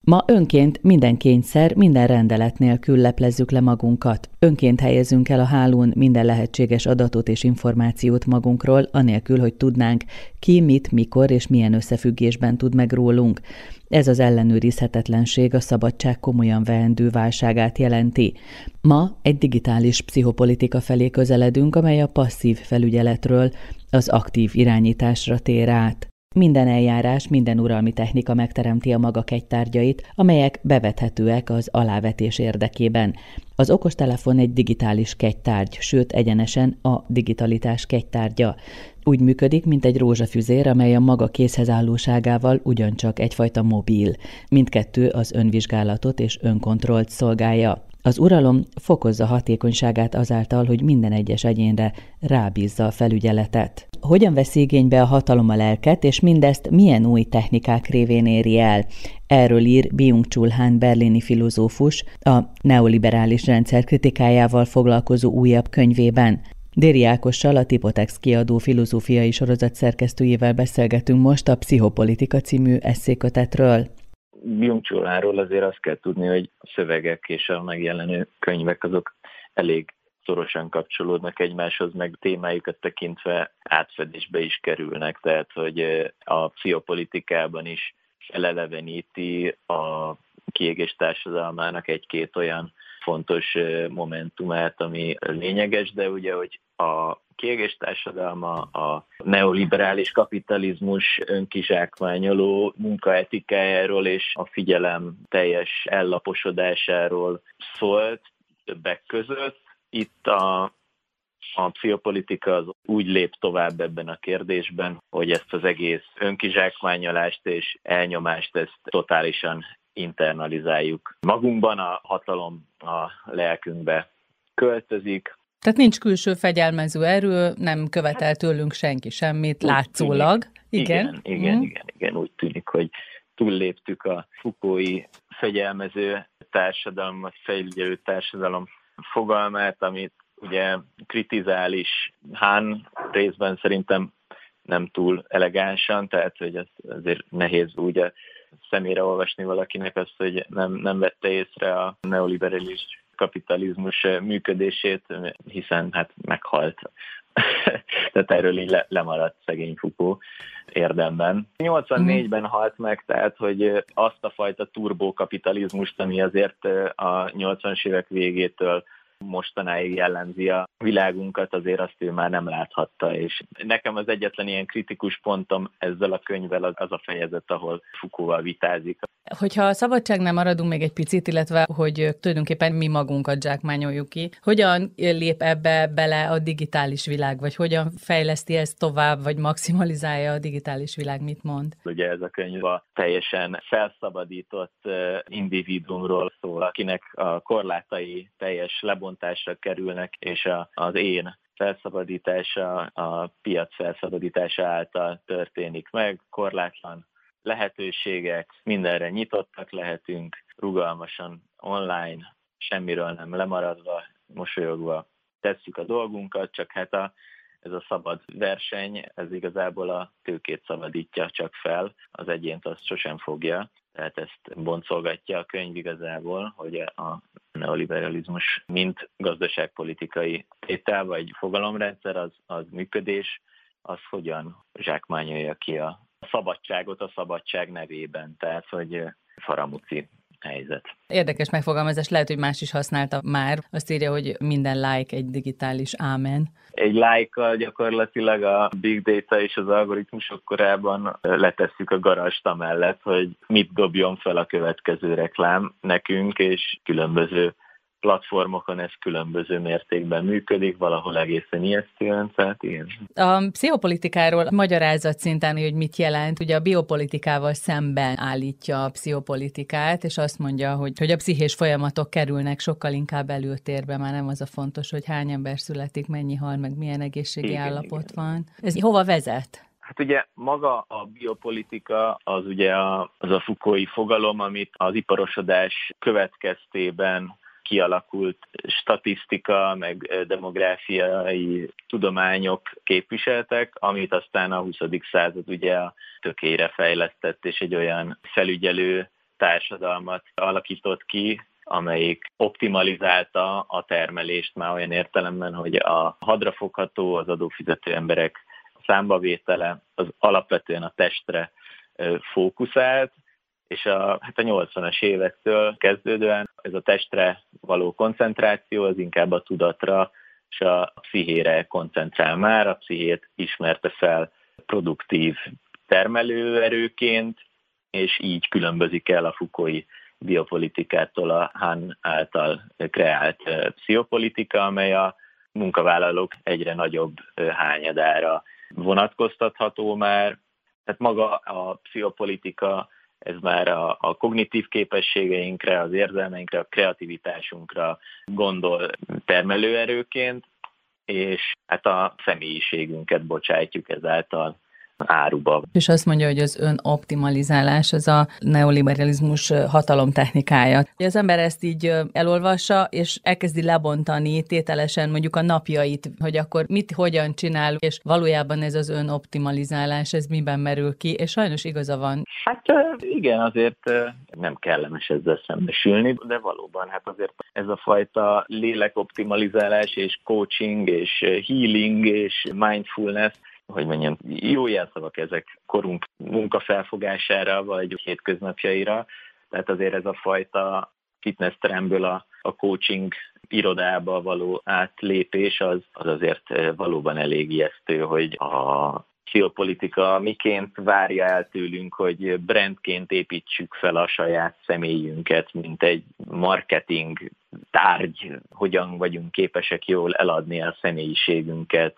Ma önként minden kényszer, minden rendelet nélkül leplezzük le magunkat. Önként helyezünk el a hálón minden lehetséges adatot és információt magunkról, anélkül, hogy tudnánk, ki, mit, mikor és milyen összefüggésben tud meg rólunk. Ez az ellenőrizhetetlenség a szabadság komolyan veendő válságát jelenti. Ma egy digitális pszichopolitika felé közeledünk, amely a passzív felügyeletről az aktív irányításra tér át. Minden eljárás, minden uralmi technika megteremti a maga kegytárgyait, amelyek bevethetőek az alávetés érdekében. Az okostelefon egy digitális kegytárgy, sőt egyenesen a digitalitás kegytárgya. Úgy működik, mint egy rózsafüzér, amely a maga készhezállóságával ugyancsak egyfajta mobil. Mindkettő az önvizsgálatot és önkontrollt szolgálja. Az uralom fokozza hatékonyságát azáltal, hogy minden egyes egyénre rábízza a felügyeletet. Hogyan veszi igénybe a hatalom a lelket, és mindezt milyen új technikák révén éri el? Erről ír Byung-Chul Han berlini filozófus a neoliberális rendszer kritikájával foglalkozó újabb könyvében. Déri Ákossal, a Tipotex kiadó filozófiai sorozat szerkesztőjével beszélgetünk most a Pszichopolitika című esszékötetről. Byung-Chul Hanról azért azt kell tudni, hogy a szövegek és a megjelenő könyvek azok elég szorosan kapcsolódnak egymáshoz, meg témájukat tekintve átfedésbe is kerülnek, tehát hogy a pszichopolitikában is feleleveníti a kiégés társadalmának egy-két olyan fontos momentumát, ami lényeges, de ugye, hogy a kiégés társadalma, a neoliberális kapitalizmus önkizsákmányoló munkaetikájáról és a figyelem teljes ellaposodásáról szólt többek között. Itt a pszichopolitika az úgy lép tovább ebben a kérdésben, hogy ezt az egész önkizsákmányolást és elnyomást ezt totálisan internalizáljuk. Magunkban a hatalom a lelkünkbe költözik. Tehát nincs külső fegyelmező erő, nem követel tőlünk senki semmit, úgy látszólag. Tűnik, igen, úgy tűnik, hogy túlléptük a Foucault-i fegyelmező társadalom, vagy felügyelő társadalom fogalmát, amit ugye kritizál is Han, részben szerintem nem túl elegánsan, tehát hogy ez azért nehéz úgy a szemére olvasni valakinek azt, hogy nem vette észre a neoliberális kapitalizmus működését, hiszen hát meghalt. Tehát erről így lemaradt szegény Foucault érdemben. 84-ben halt meg, tehát hogy azt a fajta turbokapitalizmust, ami azért a 80-as évek végétől mostanáig jellemzi a világunkat, azért azt ő már nem láthatta, és nekem az egyetlen ilyen kritikus pontom ezzel a könyvvel az a fejezet, ahol Foucault-val vitázik. Hogyha a szabadságnál maradunk még egy picit, illetve hogy tulajdonképpen mi magunkat zsákmányoljuk ki, hogyan lép ebbe bele a digitális világ, vagy hogyan fejleszti ezt tovább, vagy maximalizálja a digitális világ, mit mond? Ugye ez a könyv a teljesen felszabadított individuumról szól, akinek a korlátai teljes lebontásra kerülnek, és az én felszabadítása, a piac felszabadítása által történik meg, korlátlan lehetőségek, mindenre nyitottak lehetünk, rugalmasan, online, semmiről nem lemaradva, mosolyogva tesszük a dolgunkat, csak hát ez a szabad verseny, ez igazából a tőkét szabadítja csak fel, az egyént azt sosem fogja, tehát ezt boncolgatja a könyv igazából, hogy a neoliberalizmus mint gazdaságpolitikai tétel vagy fogalomrendszer, az működés, az hogyan zsákmányolja ki a szabadságot a szabadság nevében, tehát hogy faramuci helyzet. Érdekes megfogalmazás, lehet, hogy más is használta már. Azt írja, hogy minden like egy digitális ámen. Egy like-kal gyakorlatilag a big data és az algoritmusok korában letesszük a garast amellett, hogy mit dobjon fel a következő reklám nekünk, és különböző platformokon ez különböző mértékben működik, valahol egészen ijesztően, tehát igen. A pszichopolitikáról magyarázat szinten, hogy mit jelent, ugye a biopolitikával szemben állítja a pszichopolitikát, és azt mondja, hogy a pszichés folyamatok kerülnek sokkal inkább előtérbe, már nem az a fontos, hogy hány ember születik, mennyi hal, meg milyen egészségi állapot van. Ez hova vezet? Hát ugye maga a biopolitika az ugye az a Foucault-i fogalom, amit az iparosodás következtében kialakult statisztika, meg demográfiai tudományok képviseltek, amit aztán a 20. század ugye a tökére fejlesztett, és egy olyan felügyelő társadalmat alakított ki, amelyik optimalizálta a termelést már olyan értelemben, hogy a hadrafogható, az adófizető emberek számbavétele az alapvetően a testre fókuszált, és a 80-as évektől kezdődően ez a testre való koncentráció az inkább a tudatra és a pszichére koncentrál már, a pszichét ismerte fel produktív termelőerőként, és így különbözik el a Foucault-i biopolitikától a Han által kreált pszichopolitika, amely a munkavállalók egyre nagyobb hányadára vonatkoztatható már. Tehát maga a pszichopolitika, ez már a kognitív képességeinkre, az érzelmeinkre, a kreativitásunkra gondol termelőerőként, és hát a személyiségünket bocsájtjuk ezáltal áruba. És azt mondja, hogy az önoptimalizálás az a neoliberalizmus hatalomtechnikája. Az ember ezt így elolvassa, és elkezdi lebontani tételesen mondjuk a napjait, hogy akkor mit, hogyan csinál, és valójában ez az önoptimalizálás, ez miben merül ki, és sajnos igaza van. Hát igen, azért nem kellemes ezzel szembesülni, de valóban hát azért ez a fajta lélekoptimalizálás és coaching és healing és mindfulness, hogy mondjam, jó jelszavak ezek korunk munkafelfogására, vagy hétköznapjaira. Tehát azért ez a fajta fitness teremből a coaching irodába való átlépés az azért valóban elég ijesztő, hogy a pszichopolitika miként várja el tőlünk, hogy brandként építsük fel a saját személyünket, mint egy marketing tárgy, hogyan vagyunk képesek jól eladni a személyiségünket,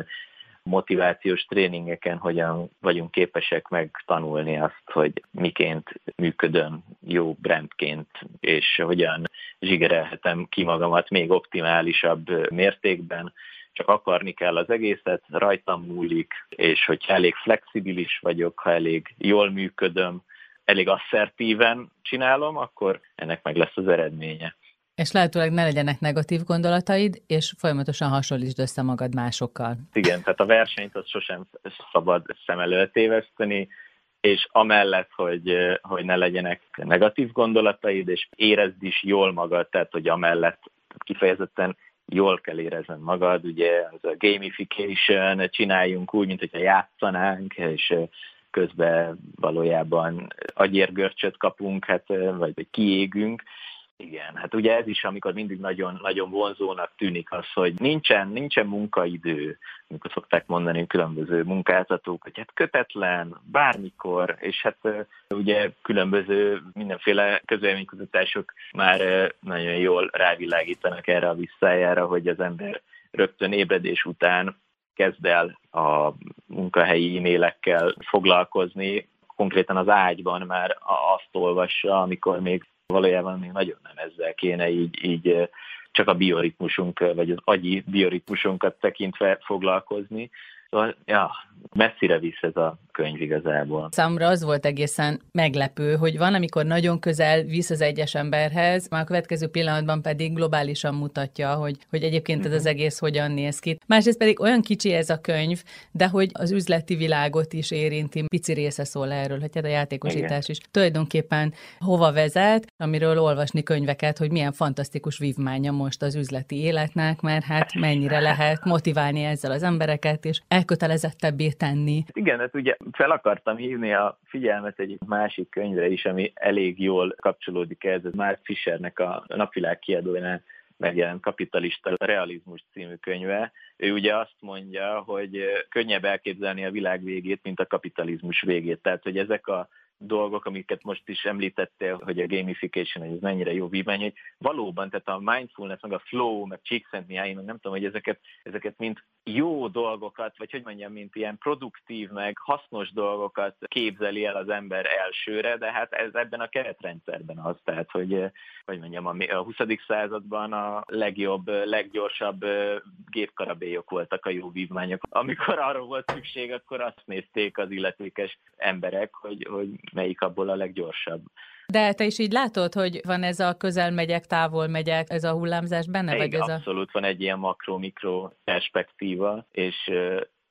motivációs tréningeken hogyan vagyunk képesek megtanulni azt, hogy miként működöm jó brandként, és hogyan zsigerelhetem ki magamat még optimálisabb mértékben. Csak akarni kell az egészet, rajtam múlik, és hogyha elég flexibilis vagyok, ha elég jól működöm, elég asszertíven csinálom, akkor ennek meg lesz az eredménye. És lehetőleg ne legyenek negatív gondolataid, és folyamatosan hasonlítsd össze magad másokkal. Igen, tehát a versenyt az sosem szabad szem előtt téveszteni, és amellett, hogy ne legyenek negatív gondolataid, és érezd is jól magad, tehát hogy amellett kifejezetten jól kell érezned magad, ugye az a gamification, csináljunk úgy, mint hogyha játszanánk, és közben valójában agyérgörcsöt kapunk, vagy kiégünk. Igen, hát ugye ez is, amikor mindig nagyon, nagyon vonzónak tűnik az, hogy nincsen munkaidő, amikor szokták mondani különböző munkáltatók, hogy hát kötetlen, bármikor, és hát ugye különböző mindenféle közvéleménykutatások már nagyon jól rávilágítanak erre a visszájára, hogy az ember rögtön ébredés után kezd el a munkahelyi e-mailekkel foglalkozni, konkrétan az ágyban már azt olvassa, amikor még valójában még nagyon nem ezzel kéne így csak a bioritmusunk, vagy az agyi bioritmusunkat tekintve foglalkozni. Szóval, messzire visz ez a könyv igazából. Számomra az volt egészen meglepő, hogy van, amikor nagyon közel visz az egyes emberhez, már a következő pillanatban pedig globálisan mutatja, hogy egyébként ez az egész hogyan néz ki. Másrészt pedig olyan kicsi ez a könyv, de hogy az üzleti világot is érinti, pici része szól erről, hogy a játékosítás is tulajdonképpen hova vezet, amiről olvasni könyveket, hogy milyen fantasztikus vívmánya most az üzleti életnek, mert hát mennyire lehet motiválni ezzel az embereket, és elkötelezettebbé tenni. Igen, hát ugye fel akartam hívni a figyelmet egy másik könyvre is, ami elég jól kapcsolódik ehhez, ez Mark Fishernek a Napvilág kiadójánál megjelent Kapitalista realizmus című könyve. Ő ugye azt mondja, hogy könnyebb elképzelni a világ végét, mint a kapitalizmus végét. Tehát, hogy ezek a dolgok, amiket most is említettél, hogy a gamification, hogy ez mennyire jó vívmány, hogy valóban, tehát a mindfulness, meg a flow, meg Csíkszentmihalyi, meg nem tudom, hogy ezeket mint jó dolgokat, vagy hogy mondjam, mint ilyen produktív, meg hasznos dolgokat képzeli el az ember elsőre, de hát ez ebben a keretrendszerben az, tehát, hogy mondjam, a 20. században a legjobb, leggyorsabb gépkarabélyok voltak a jó vívmányok. Amikor arról volt szükség, akkor azt nézték az illetékes emberek, hogy melyik abból a leggyorsabb. De te is így látod, hogy van ez a közel megyek, távol megyek, ez a hullámzás benne? Vagy ez abszolút van egy ilyen makro-mikro perspektíva, és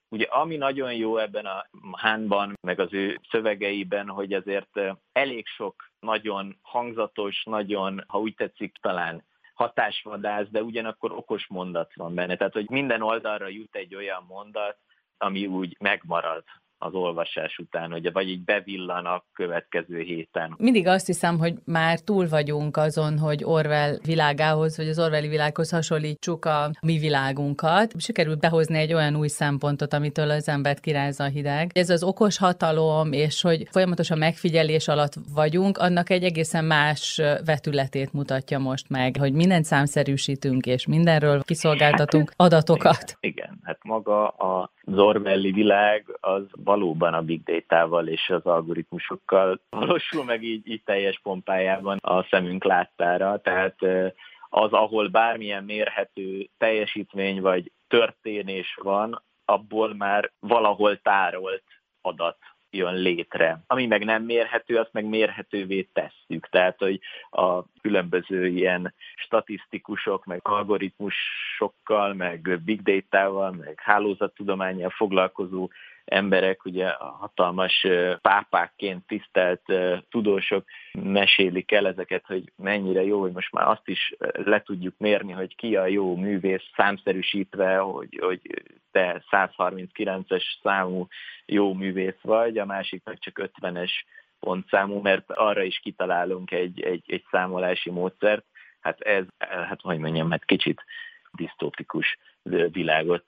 Ugye ami nagyon jó ebben a Hahnban, meg az ő szövegeiben, hogy azért elég sok nagyon hangzatos, nagyon, ha úgy tetszik, talán hatásvadász, de ugyanakkor okos mondat van benne. Tehát, hogy minden oldalra jut egy olyan mondat, ami úgy megmarad az olvasás után, hogy vagy így bevillan a következő héten. Mindig azt hiszem, hogy már túl vagyunk azon, hogy Orwell világához, vagy az Orwelli világhoz hasonlítsuk a mi világunkat. Sikerült behozni egy olyan új szempontot, amitől az embert kirázza a hideg. Ez az okos hatalom, és hogy folyamatosan megfigyelés alatt vagyunk, annak egy egészen más vetületét mutatja most meg, hogy mindent számszerűsítünk, és mindenről kiszolgáltatunk adatokat. Igen, hát maga az Orwelli világ az valóban a big data-val és az algoritmusokkal valósul meg így teljes pompájában a szemünk láttára. Tehát az, ahol bármilyen mérhető teljesítmény vagy történés van, abból már valahol tárolt adat jön létre. Ami meg nem mérhető, azt meg mérhetővé tesszük. Tehát, hogy a különböző ilyen statisztikusok, meg algoritmusokkal, meg big data-val, meg hálózattudománnyal foglalkozó emberek, ugye a hatalmas pápákként tisztelt tudósok mesélik el ezeket, hogy mennyire jó, hogy most már azt is le tudjuk mérni, hogy ki a jó művész számszerűsítve, hogy te 139-es számú jó művész vagy, a másiknak csak 50-es pontszámú, mert arra is kitalálunk egy számolási módszert. Hát ez, hogy mondjam, kicsit disztópikus világot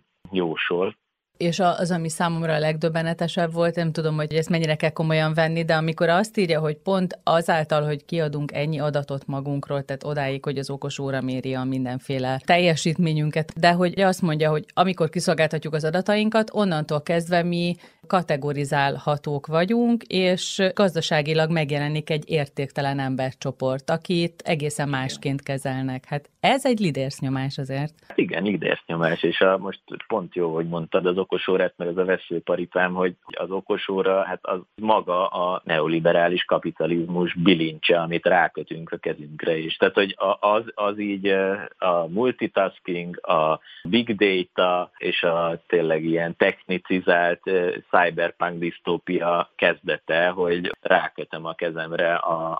jósol. És az, ami számomra a legdöbbenetesebb volt, nem tudom, hogy ezt mennyire kell komolyan venni, de amikor azt írja, hogy pont azáltal, hogy kiadunk ennyi adatot magunkról, tehát odáig, hogy az okos óra méri a mindenféle teljesítményünket, de hogy azt mondja, hogy amikor kiszolgáltatjuk az adatainkat, onnantól kezdve mi kategorizálhatók vagyunk, és gazdaságilag megjelenik egy értéktelen embercsoport, akit egészen másként kezelnek. Hát ez egy lidércnyomás azért. Igen, lidércnyomás, és most pont jó, hogy mondtad az okosórát, meg az a veszőparipám, hogy az okosóra, hát az maga a neoliberális kapitalizmus bilincse, amit rákötünk a kezünkre is. Tehát, hogy az így a multitasking, a big data és a tényleg ilyen technicizált cyberpunk disztópia kezdete, hogy rákötöm a kezemre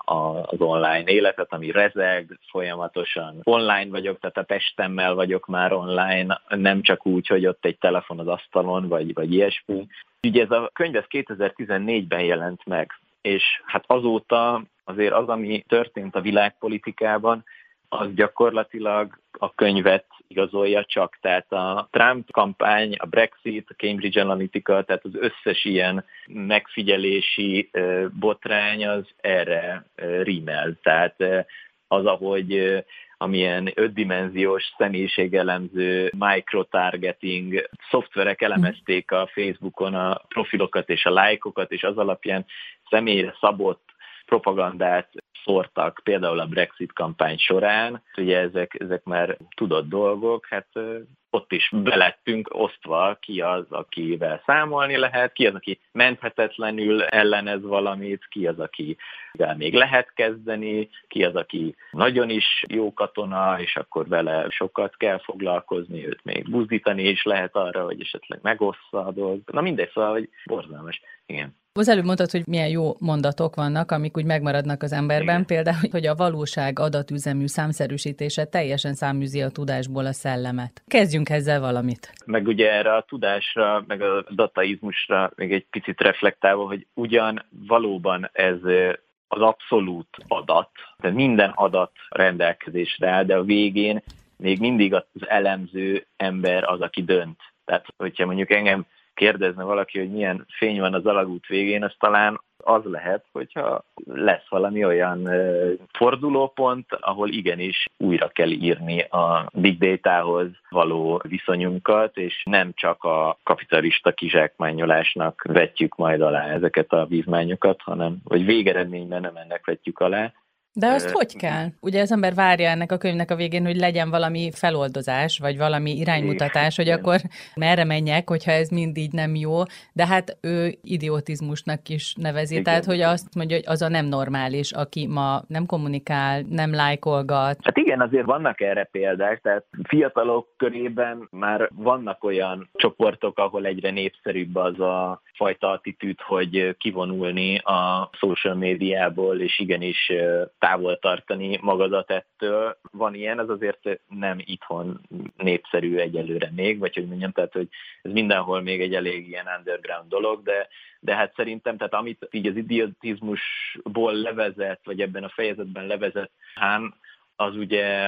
az online életet, ami rezeg, folyamatosan online vagyok, tehát a testemmel vagyok már online, nem csak úgy, hogy ott egy telefon az asztalon, vagy ilyesmi. Ugye ez a könyv 2014-ben jelent meg, és hát azóta azért az, ami történt a világpolitikában, az gyakorlatilag a könyvet igazolja csak. Tehát a Trump kampány, a Brexit, a Cambridge Analytica, tehát az összes ilyen megfigyelési botrány az erre rímel. Tehát az, ahogy amilyen 5-dimenziós személyiségelemző microtargeting szoftverek elemezték a Facebookon a profilokat és a lájkokat, és az alapján személyre szabott propagandát szórtak, például a Brexit kampány során. Ugye ezek már tudott dolgok, hát ott is belettünk osztva, ki az, akivel számolni lehet, ki az, aki menthetetlenül ellenez valamit, ki az, akivel még lehet kezdeni, ki az, aki nagyon is jó katona, és akkor vele sokat kell foglalkozni, őt még buzdítani is lehet arra, hogy esetleg megossza a dolgot. Na mindegy, szóval, hogy borzalmas. Igen. Az előbb mondtad, hogy milyen jó mondatok vannak, amik úgy megmaradnak az emberben, igen. Például, hogy a valóság adatüzemű számszerűsítése teljesen száműzi a tudásból a szellemet. Kezdjünk ezzel valamit. Meg ugye erre a tudásra, meg a dataizmusra még egy picit reflektálva, hogy ugyan valóban ez az abszolút adat, tehát minden adat rendelkezésre áll, de a végén még mindig az elemző ember az, aki dönt. Tehát, hogyha mondjuk engem kérdezne valaki, hogy milyen fény van az alagút végén, az talán az lehet, hogyha lesz valami olyan fordulópont, ahol igenis újra kell írni a big datahoz való viszonyunkat, és nem csak a kapitalista kizsákmányolásnak vetjük majd alá ezeket a vívmányokat, hanem, vagy végeredményben nem ennek vetjük alá. De azt hogy kell? Ugye az ember várja ennek a könyvnek a végén, hogy legyen valami feloldozás, vagy valami iránymutatás, hogy akkor merre menjek, hogyha ez mind így nem jó, de hát ő idiotizmusnak is nevezi, igen. Tehát hogy azt mondja, hogy az a nem normális, aki ma nem kommunikál, nem lájkolgat. Hát igen, azért vannak erre példák, tehát fiatalok körében már vannak olyan csoportok, ahol egyre népszerűbb az a fajta attitűd, hogy kivonulni a social médiából, és igenis távol tartani magadat ettől. Van ilyen, az azért nem itthon népszerű egyelőre még, vagy hogy mondjam, tehát hogy ez mindenhol még egy elég ilyen underground dolog, de hát szerintem, tehát amit így az idiotizmusból levezet, vagy ebben a fejezetben levezet Hahn, az ugye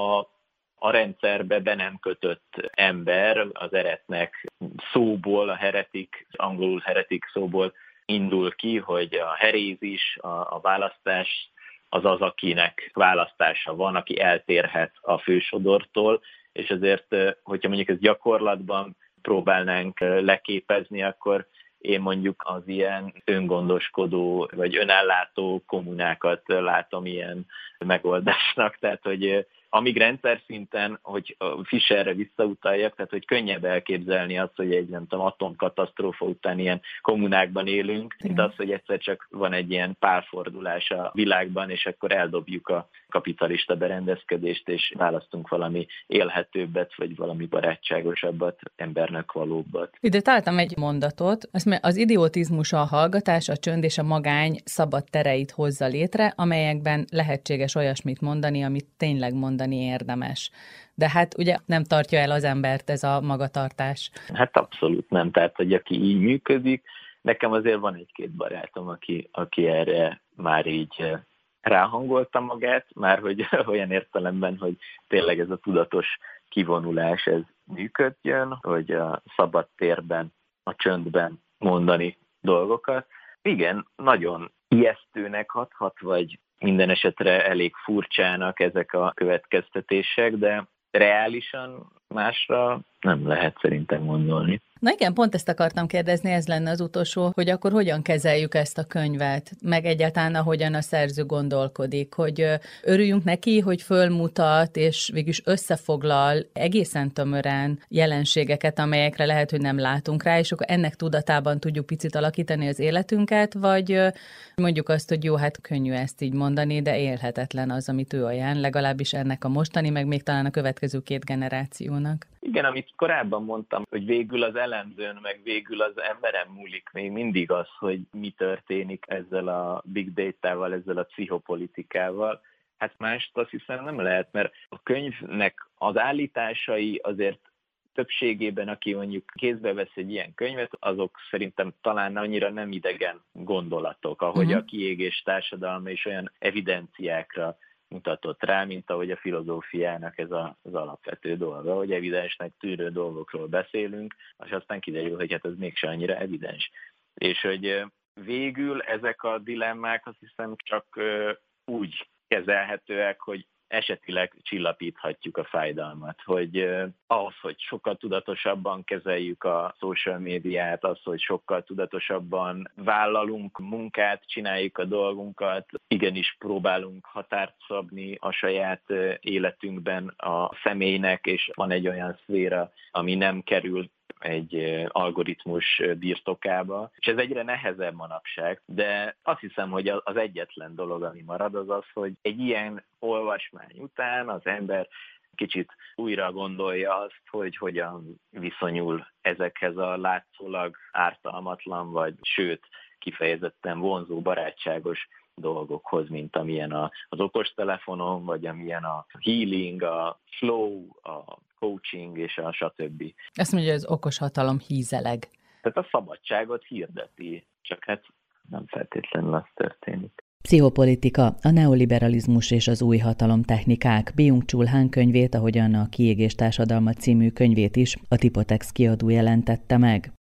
a rendszerbe be nem kötött ember, az eretnek szóból, a heretik, angolul heretik szóból indul ki, hogy a herézis, a választás az, akinek választása van, aki eltérhet a fősodortól, és azért, hogyha mondjuk ezt gyakorlatban próbálnánk leképezni, akkor én mondjuk az ilyen öngondoskodó vagy önellátó kommunákat látom ilyen megoldásnak, tehát hogy amíg rendszer szinten, hogy Fischerre visszautaljak, tehát hogy könnyebb elképzelni azt, hogy egy nem tudom, atomkatasztrófa után ilyen kommunákban élünk, mint az, hogy egyszer csak van egy ilyen pálfordulás a világban, és akkor eldobjuk a kapitalista berendezkedést, és választunk valami élhetőbbet, vagy valami barátságosabbat, embernek valóbbat. Ide találtam egy mondatot, az idiotizmus a hallgatás, a csönd és a magány szabad tereit hozza létre, amelyekben lehetséges olyasmit mondani, amit tényleg mondani érdemes. De hát ugye nem tartja el az embert ez a magatartás. Hát abszolút nem, tehát hogy aki így működik, nekem azért van egy-két barátom, aki erre már így ráhangolta magát, már hogy olyan értelemben, hogy tényleg ez a tudatos kivonulás, ez működjön, hogy a szabad térben, a csöndben mondani dolgokat. Igen, nagyon ijesztőnek hathat, vagy minden esetre elég furcsának ezek a következtetések, de reálisan másra nem lehet szerintem gondolni. Na igen, pont ezt akartam kérdezni, ez lenne az utolsó, hogy akkor hogyan kezeljük ezt a könyvet, meg egyáltalán ahogyan a szerző gondolkodik, hogy örüljünk neki, hogy fölmutat, és végülis összefoglal egészen tömören jelenségeket, amelyekre lehet, hogy nem látunk rá, és akkor ennek tudatában tudjuk picit alakítani az életünket, vagy mondjuk azt, hogy jó, hát könnyű ezt így mondani, de élhetetlen az, amit ő ajánl, legalábbis ennek a mostani, meg még talán a következő 2 generációnak. Igen, amit korábban mondtam, hogy végül az elemzőn, meg végül az emberen múlik még mindig az, hogy mi történik ezzel a big data-val, ezzel a pszichopolitikával. Hát mást azt hiszem nem lehet, mert a könyvnek az állításai azért többségében, aki mondjuk kézbe vesz egy ilyen könyvet, azok szerintem talán annyira nem idegen gondolatok, ahogy a kiégés társadalma is olyan evidenciákra mutatott rá, mint ahogy a filozófiának ez az alapvető dolga, hogy evidensnek tűrő dolgokról beszélünk, és aztán kiderül, hogy hát ez mégsem annyira evidens. És hogy végül ezek a dilemmák azt hiszem csak úgy kezelhetőek, hogy esetileg csillapíthatjuk a fájdalmat, hogy ahhoz, hogy sokkal tudatosabban kezeljük a social médiát, az, hogy sokkal tudatosabban vállalunk munkát, csináljuk a dolgunkat, igenis próbálunk határt szabni a saját életünkben a személynek, és van egy olyan szféra, ami nem kerül egy algoritmus birtokába, és ez egyre nehezebb manapság, de azt hiszem, hogy az egyetlen dolog, ami marad, az az, hogy egy ilyen olvasmány után az ember kicsit újra gondolja azt, hogy hogyan viszonyul ezekhez a látszólag ártalmatlan, vagy sőt, kifejezetten vonzó, barátságos dolgokhoz, mint amilyen az okostelefonon, vagy amilyen a healing, a flow, a coaching és a stb. Azt mondja, hogy az okos hatalom hízeleg. Tehát a szabadságot hirdeti, csak hát nem feltétlenül az történik. Pszichopolitika, a neoliberalizmus és az új hatalomtechnikák. Byung-Chul Han könyvét, ahogyan a Kiégés társadalma című könyvét is a Tipotex kiadó jelentette meg.